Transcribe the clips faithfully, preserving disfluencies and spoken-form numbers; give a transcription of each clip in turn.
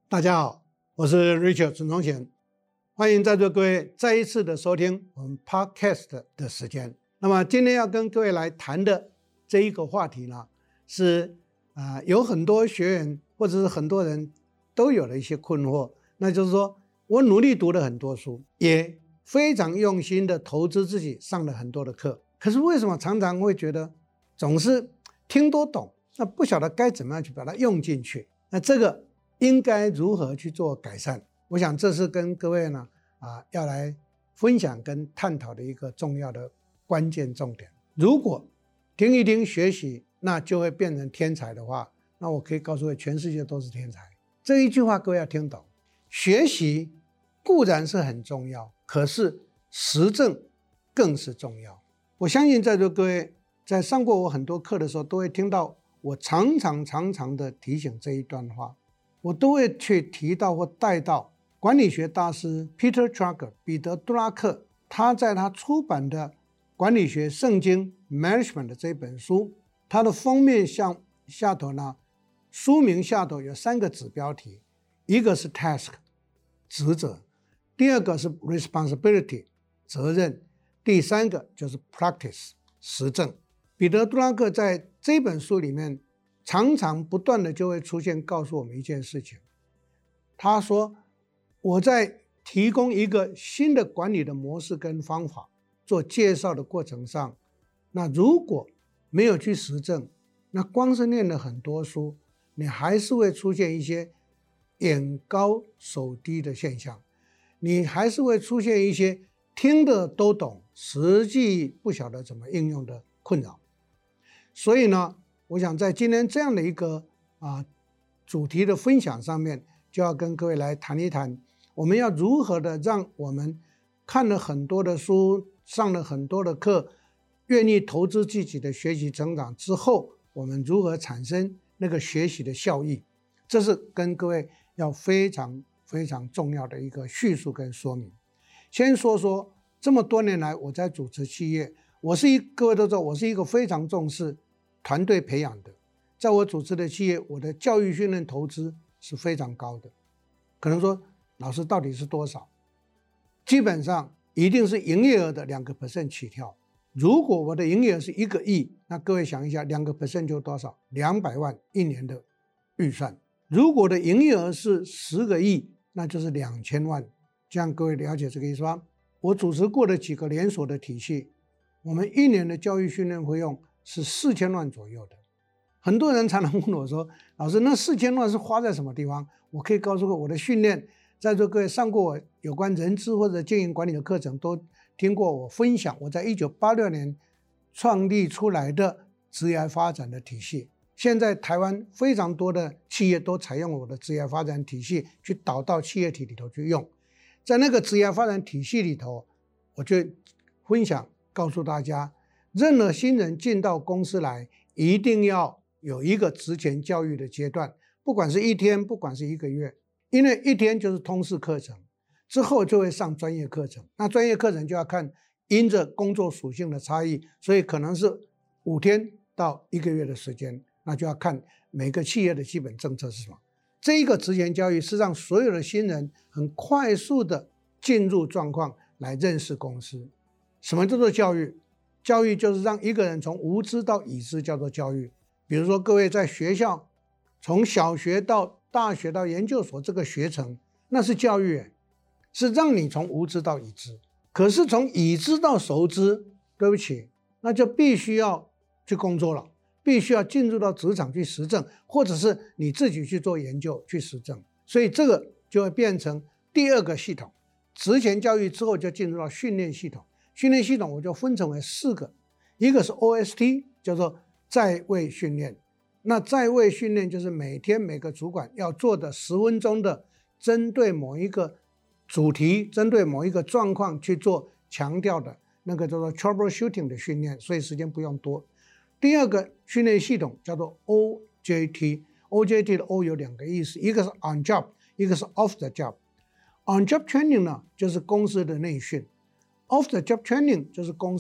大家好，我是 Richard 陈宗贤，欢迎在座各位再一次的收听我们 Podcast 的时间。那么今天要跟各位来谈的这一个话题呢，是、呃、有很多学员或者是很多人都有了一些困惑，那就是说我努力读了很多书，也非常用心的投资自己，上了很多的课，可是为什么常常会觉得总是听都懂，那不晓得该怎么样去把它用进去，那这个应该如何去做改善？我想这是跟各位呢啊要来分享跟探讨的一个重要的关键重点。如果听一听学习，那就会变成天才的话，那我可以告诉各位，全世界都是天才。这一句话各位要听懂，学习固然是很重要，可是实证更是重要。我相信在座各位在上过我很多课的时候，都会听到我常常常常的提醒这一段话，我都会去提到或带到管理学大师 Peter Drucker 彼得·杜拉克，他在他出版的管理学圣经 Management 的这本书，他的封面下下头呢，书名下头有三个子标题，一个是 task 职责，第二个是 responsibility 责任，第三个就是 practice 实证。彼得·杜拉克在这本书里面常常不断的就会出现告诉我们一件事情，他说我在提供一个新的管理的模式跟方法做介绍的过程上，那如果没有去实证，那光是念了很多书，你还是会出现一些眼高手低的现象，你还是会出现一些听的都懂，实际不晓得怎么应用的困扰。所以呢，我想在今天这样的一个啊主题的分享上面，就要跟各位来谈一谈，我们要如何的让我们看了很多的书，上了很多的课，愿意投资自己的学习成长之后，我们如何产生那个学习的效益，这是跟各位要非常非常重要的一个叙述跟说明。先说说这么多年来我在主持企业，我是一各位都知道，我是一个非常重视团队培养的，在我主持的企业，我的教育训练投资是非常高的。可能说老师到底是多少？基本上一定是营业额的 百分之二 起跳。如果我的营业额是一个亿，那各位想一下 百分之二 就多少？两百万一年的预算。如果我的营业额是十个亿，那就是两千万。这样各位了解这个意思吧？我主持过的几个连锁的体系，我们一年的教育训练费用是四千万左右的。很多人常常问我说，老师，那四千万是花在什么地方？我可以告诉各位，我的训练，在座各位上过我有关人资或者经营管理的课程，都听过我分享我在一九八六年创立出来的职业发展的体系。现在台湾非常多的企业都采用我的职业发展体系去导到企业体里头去用。在那个职业发展体系里头，我就分享告诉大家，任何新人进到公司来，一定要有一个职前教育的阶段，不管是一天，不管是一个月，因为一天就是通识课程，之后就会上专业课程，那专业课程就要看因着工作属性的差异，所以可能是五天到一个月的时间，那就要看每个企业的基本政策是什么。这一个职前教育是让所有的新人很快速的进入状况来认识公司。什么叫做教育？教育就是让一个人从无知到已知，叫做教育。比如说各位在学校，从小学到大学到研究所这个学程，那是教育，是让你从无知到已知。可是从已知到熟知，对不起，那就必须要去工作了，必须要进入到职场去实证，或者是你自己去做研究去实证。所以这个就会变成第二个系统。职前教育之后就进入到训练系统，训练系统我就分成为四个，一个是 O S T， 叫做在位训练。那在位训练就是每天每个主管要做的十分钟的针对某一个主题，针对某一个状况去做强调的那个叫做 troubleshooting 的训练，所以时间不用多。第二个训练系统叫做 O J T，O J T 的 O 有两个意思，一个是 on job， 一个是 off the job。On job training 呢，就是公司的内训， off the job training 就是公司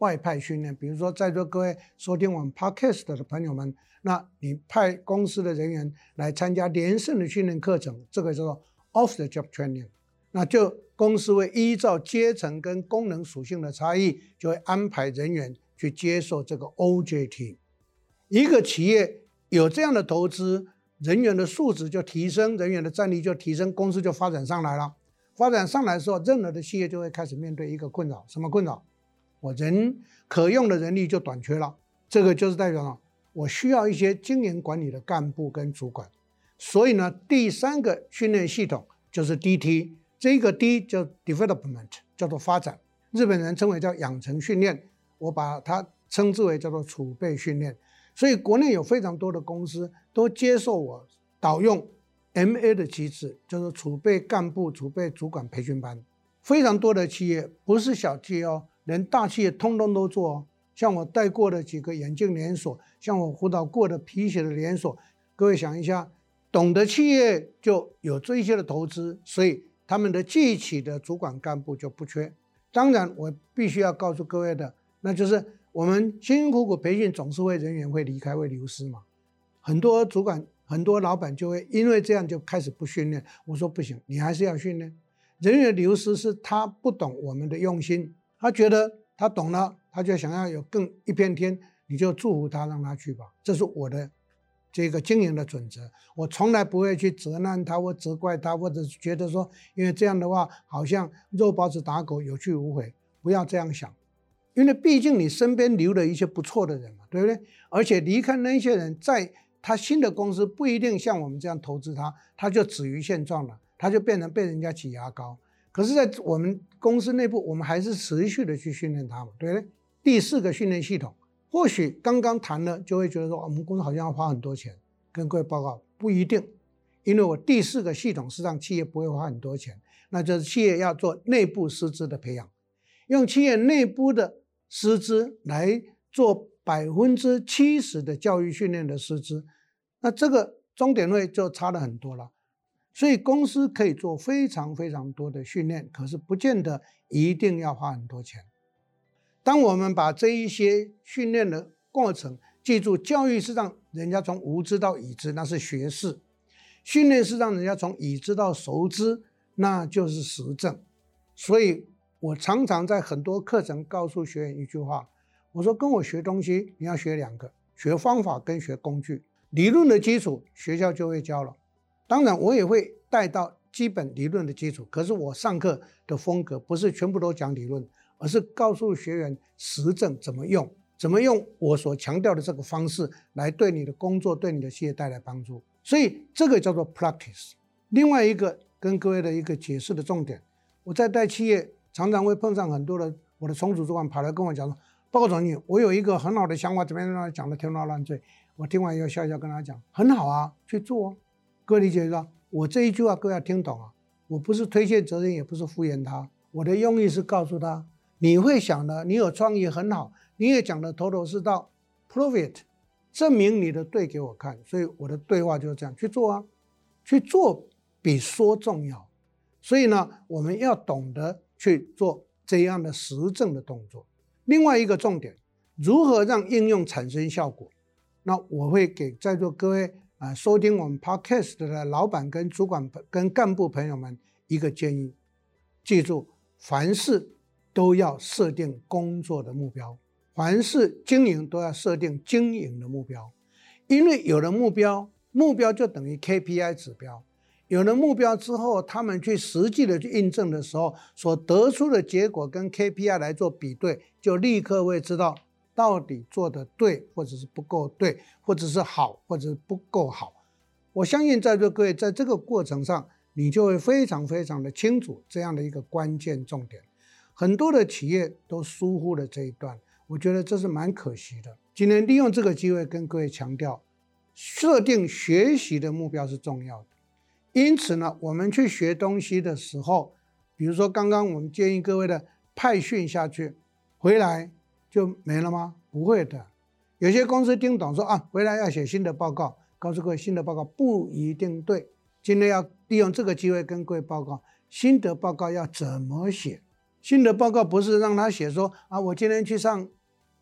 外派训练，比如说在座各位收听我们 Podcast 的朋友们，那你派公司的人员来参加连胜的训练课程，这个叫做 off the job training。那就公司会依照阶层跟功能属性的差异，就会安排人员去接受这个 O J T。一个企业有这样的投资，人员的素质就提升，人员的战力就提升，公司就发展上来了。发展上来的时候，任何的企业就会开始面对一个困扰，什么困扰？我人可用的人力就短缺了，这个就是代表了我需要一些经营管理的干部跟主管。所以呢，第三个训练系统就是 D T。这个 D 叫 development， 叫做发展，日本人称为叫养成训练，我把它称之为叫做储备训练。所以国内有非常多的公司都接受我导用 M A 的机制，就是储备干部、储备主管培训班。非常多的企业，不是小企业哦，连大企业通通都做哦。像我带过的几个眼镜连锁，像我辅导过的皮鞋的连锁，各位想一下，懂得企业就有这一些的投资，所以他们的记起的主管干部就不缺。当然我必须要告诉各位的，那就是我们辛辛苦苦培训总是会人员会离开会流失嘛，很多主管很多老板就会因为这样就开始不训练。我说不行，你还是要训练。人员流失是他不懂我们的用心，他觉得他懂了，他就想要有更一片天，你就祝福他，让他去吧。这是我的这个经营的准则，我从来不会去责难他或责怪他，或者觉得说因为这样的话好像肉包子打狗有去无回，不要这样想。因为毕竟你身边留了一些不错的人嘛，对不对？而且离开那些人，在他新的公司不一定像我们这样投资他，他就止于现状了，他就变成被人家挤牙膏。可是在我们公司内部，我们还是持续的去训练他嘛，对不对？第四个训练系统，或许刚刚谈了就会觉得说我们公司好像要花很多钱，跟各位报告不一定。因为我第四个系统是让企业不会花很多钱，那就是企业要做内部师资的培养，用企业内部的师资来做百分之七十的教育训练的师资，那这个钟点会就差了很多了。所以公司可以做非常非常多的训练，可是不见得一定要花很多钱。当我们把这一些训练的过程，记住，教育是让人家从无知到已知，那是学识；训练是让人家从已知到熟知，那就是实证。所以我常常在很多课程告诉学员一句话，我说跟我学东西你要学两个，学方法跟学工具。理论的基础学校就会教了，当然我也会带到基本理论的基础，可是我上课的风格不是全部都讲理论，而是告诉学员实证怎么用，怎么用我所强调的这个方式来对你的工作对你的企业带来帮助。所以这个叫做 practice。 另外一个跟各位的一个解释的重点，我在带企业常常会碰上很多的我的重组主管跑来跟我讲说，报告总经理，我有一个很好的想法，怎么样，讲的天花乱坠。我听完以后笑一笑跟他讲，很好啊，去做哦。各位理解到我这一句话各位要听懂啊，我不是推卸责任，也不是敷衍他，我的用意是告诉他，你会想的，你有创意很好，你也讲的头头是道 prove it， 证明你的对给我看。所以我的对话就是这样，去做啊，去做比说重要。所以呢，我们要懂得去做这样的实证的动作。另外一个重点，如何让应用产生效果，那我会给在座各位啊，收听我们 podcast 的老板跟主管跟干部朋友们一个建议，记住，凡事都要设定工作的目标，凡事经营都要设定经营的目标。因为有了目标，目标就等于 K P I 指标，有了目标之后，他们去实际的去印证的时候，所得出的结果跟 K P I 来做比对，就立刻会知道到底做得对或者是不够对，或者是好或者是不够好。我相信在座各位在这个过程上，你就会非常非常的清楚这样的一个关键重点。很多的企业都疏忽了这一段，我觉得这是蛮可惜的。今天利用这个机会跟各位强调，设定学习的目标是重要的。因此呢，我们去学东西的时候，比如说刚刚我们建议各位的派训下去，回来就没了吗？不会的。有些公司听懂说啊，回来要写新的报告，告诉各位新的报告不一定对。今天要利用这个机会跟各位报告，新的报告要怎么写。新的报告不是让他写说啊，我今天去上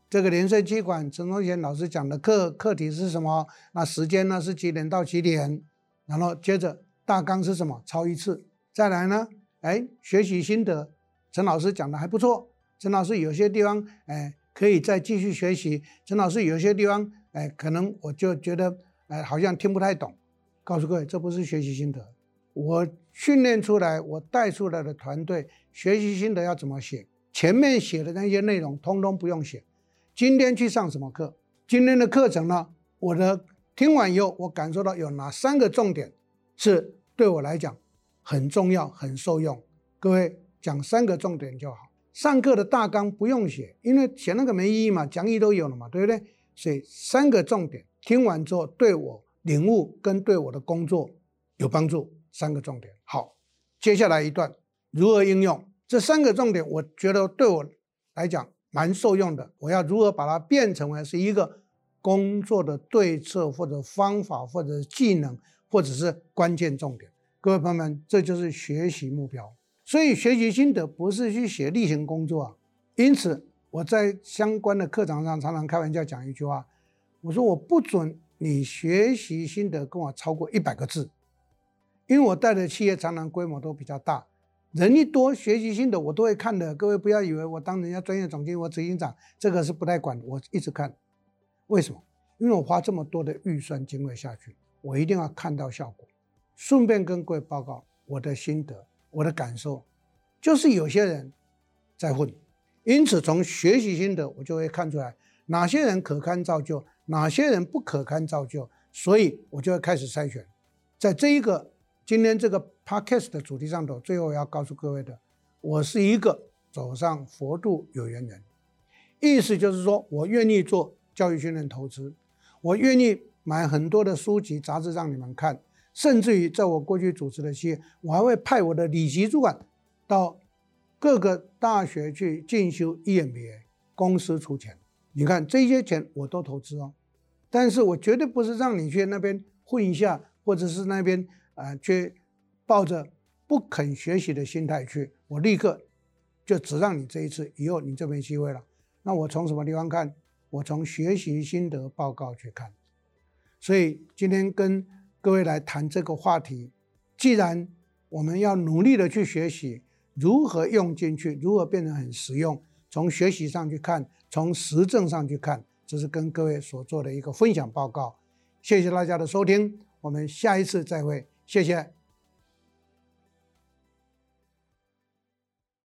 这个联社企管陈宗贤老师讲的课课题是什么？那时间呢是几点到几点？然后接着大纲是什么？抄一次。再来呢，哎，学习心得，陈老师讲的还不错。陈老师有些地方，哎，可以再继续学习。陈老师有些地方，哎，可能我就觉得，哎，好像听不太懂。告诉各位，这不是学习心得。我训练出来，我带出来的团队学习心得要怎么写？前面写的那些内容，通通不用写。今天去上什么课？今天的课程呢？我的听完以后，我感受到有哪三个重点是对我来讲很重要、很受用。各位讲三个重点就好。上课的大纲不用写，因为写那个没意义嘛，讲义都有了嘛，对不对？所以三个重点听完之后，对我领悟跟对我的工作有帮助。三个重点。好，接下来一段如何应用这三个重点，我觉得对我来讲蛮受用的。我要如何把它变成为是一个工作的对策或者方法或者技能或者是关键重点。各位朋友们，这就是学习目标。所以学习心得不是去写例行工作啊。因此我在相关的课堂上常常开玩笑讲一句话，我说我不准你学习心得跟我超过一百个字，因为我带的企业常常规模都比较大，人一多，学习心得我都会看的。各位不要以为我当人家专业总经理，我执行长这个是不太管的，我一直看。为什么？因为我花这么多的预算精锐下去，我一定要看到效果。顺便跟各位报告我的心得，我的感受，就是有些人在混。因此从学习心得我就会看出来哪些人可堪造就，哪些人不可堪造就，所以我就会开始筛选。在这一个今天这个 podcast 的主题上头，最后要告诉各位的，我是一个走上佛度有缘人。意思就是说，我愿意做教育训练投资，我愿意买很多的书籍杂志让你们看，甚至于在我过去主持的企业，我还会派我的理级主管到各个大学去进修 E M B A， 公司出钱。你看这些钱我都投资哦，但是我绝对不是让你去那边混一下，或者是那边呃去抱着不肯学习的心态去，我立刻就只让你这一次，以后你就没机会了。那我从什么地方看？我从学习心得报告去看。所以今天跟各位来谈这个话题，既然我们要努力的去学习，如何用进去，如何变得很实用，从学习上去看，从实证上去看，这是跟各位所做的一个分享报告。谢谢大家的收听，我们下一次再会，谢谢。